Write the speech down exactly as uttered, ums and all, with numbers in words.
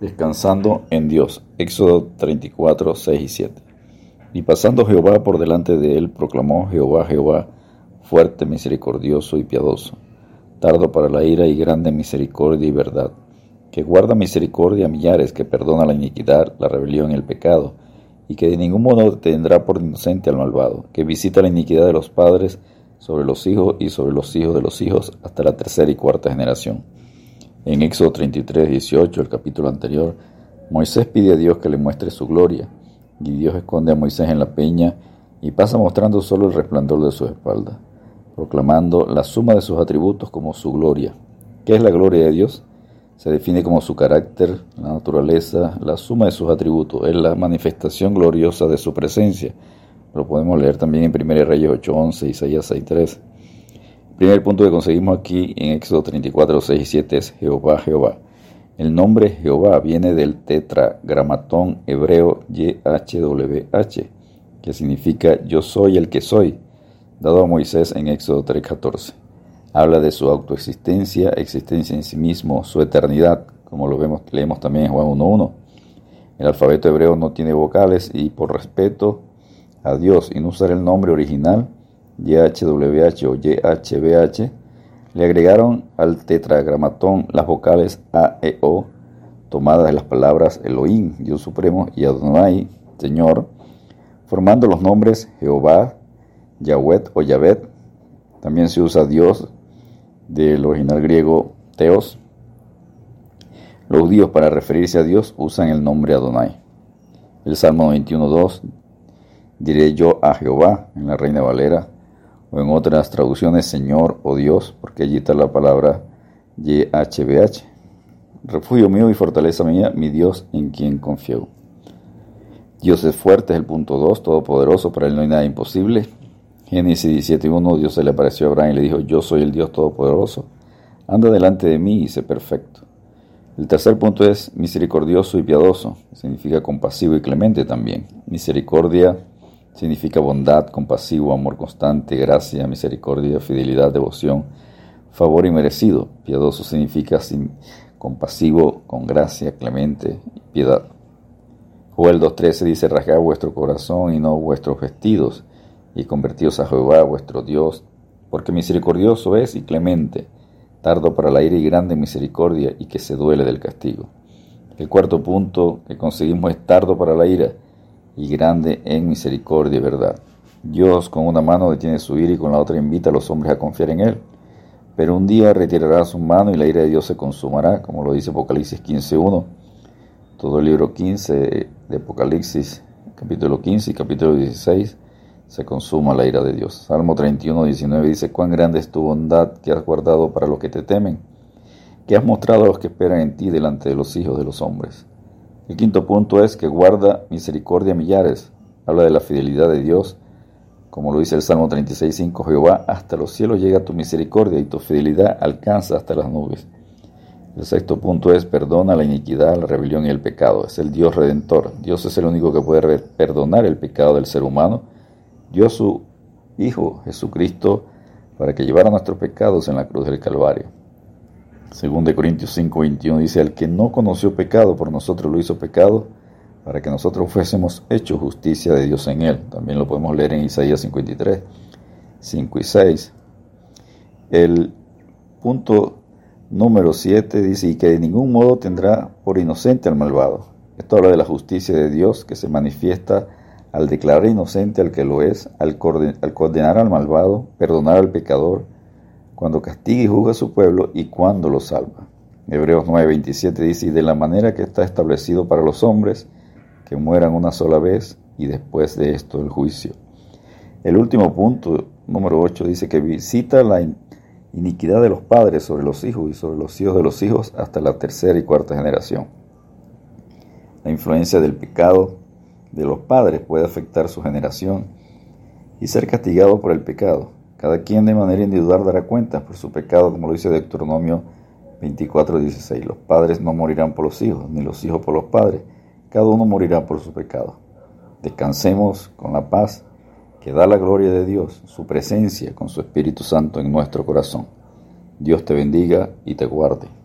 Descansando en Dios. Éxodo treinta y cuatro, seis y siete. Y pasando Jehová por delante de él, proclamó Jehová, Jehová, fuerte, misericordioso y piadoso, tardo para la ira y grande en misericordia y verdad, que guarda misericordia a millares, que perdona la iniquidad, la rebelión y el pecado, y que de ningún modo tendrá por inocente al malvado, que visita la iniquidad de los padres sobre los hijos y sobre los hijos de los hijos hasta la tercera y cuarta generación. En Éxodo treinta y tres, dieciocho, el capítulo anterior, Moisés pide a Dios que le muestre su gloria, y Dios esconde a Moisés en la peña y pasa mostrando solo el resplandor de su espalda, proclamando la suma de sus atributos como su gloria. ¿Qué es la gloria de Dios? Se define como su carácter, la naturaleza, la suma de sus atributos, es la manifestación gloriosa de su presencia. Lo podemos leer también en primera Reyes ocho, once, Isaías seis, tres. El primer punto que conseguimos aquí en Éxodo treinta y cuatro, seis y siete es Jehová, Jehová. El nombre Jehová viene del tetragramatón hebreo Y H W H, que significa yo soy el que soy, dado a Moisés en Éxodo tres, catorce. Habla de su autoexistencia, existencia en sí mismo, su eternidad, como lo vemos, leemos también en Juan uno, uno. El alfabeto hebreo no tiene vocales y por respeto a Dios y no usar el nombre original Y H W H o Y H V H, le agregaron al tetragramatón las vocales A, E, O, tomadas de las palabras Elohim, Dios Supremo, y Adonai, Señor, formando los nombres Jehová, Yahweh o Yahvet. También se usa Dios, del original griego Theos. Los judíos, para referirse a Dios, usan el nombre Adonai. El Salmo veintiuno, dos, diré yo a Jehová, en la Reina Valera, o en otras traducciones, Señor o Dios, porque allí está la palabra Y H V H. Refugio mío y fortaleza mía, mi Dios en quien confío. Dios es fuerte, es el punto dos, todopoderoso, para él no hay nada imposible. Génesis diecisiete, uno, Dios se le apareció a Abraham y le dijo, yo soy el Dios todopoderoso, anda delante de mí y sé perfecto. El tercer punto es misericordioso y piadoso, que significa compasivo y clemente también. Misericordia significa bondad, compasivo, amor constante, gracia, misericordia, fidelidad, devoción, favor inmerecido. Piadoso significa sin, compasivo, con gracia, clemente y piedad. Joel dos, trece dice, rasgad vuestro corazón y no vuestros vestidos, y convertíos a Jehová vuestro Dios, porque misericordioso es y clemente, tardo para la ira y grande en misericordia, y que se duele del castigo. El cuarto punto que conseguimos es tardo para la ira y grande en misericordia y verdad. Dios con una mano detiene su ira y con la otra invita a los hombres a confiar en Él. Pero un día retirará su mano y la ira de Dios se consumará, como lo dice Apocalipsis quince, uno. Todo el libro quince de Apocalipsis, capítulo quince y capítulo dieciséis, se consuma la ira de Dios. Salmo treinta y uno, diecinueve dice, cuán grande es tu bondad que has guardado para los que te temen, que has mostrado a los que esperan en ti delante de los hijos de los hombres. El quinto punto es que guarda misericordia a millares. Habla de la fidelidad de Dios, como lo dice el Salmo treinta y seis, cinco, Jehová, hasta los cielos llega tu misericordia y tu fidelidad alcanza hasta las nubes. El sexto punto es perdona la iniquidad, la rebelión y el pecado. Es el Dios redentor. Dios es el único que puede perdonar el pecado del ser humano. Dio a su Hijo Jesucristo para que llevara nuestros pecados en la cruz del Calvario. Según de Corintios cinco, veintiuno dice, el que no conoció pecado por nosotros lo hizo pecado, para que nosotros fuésemos hechos justicia de Dios en él. También lo podemos leer en Isaías cincuenta y tres, cinco y seis. El punto número siete dice, y que de ningún modo tendrá por inocente al malvado. Esto habla de la justicia de Dios que se manifiesta al declarar inocente al que lo es, al condenar al malvado, perdonar al pecador, cuando castiga y juzga a su pueblo y cuando lo salva. Hebreos nueve, veintisiete dice, y de la manera que está establecido para los hombres, que mueran una sola vez y después de esto el juicio. El último punto, número ocho, dice que visita la iniquidad de los padres sobre los hijos y sobre los hijos de los hijos hasta la tercera y cuarta generación. La influencia del pecado de los padres puede afectar su generación y ser castigado por el pecado. Cada quien de manera individual dará cuentas por su pecado, como lo dice Deuteronomio veinticuatro, dieciséis. Los padres no morirán por los hijos, ni los hijos por los padres. Cada uno morirá por su pecado. Descansemos con la paz que da la gloria de Dios, su presencia con su Espíritu Santo en nuestro corazón. Dios te bendiga y te guarde.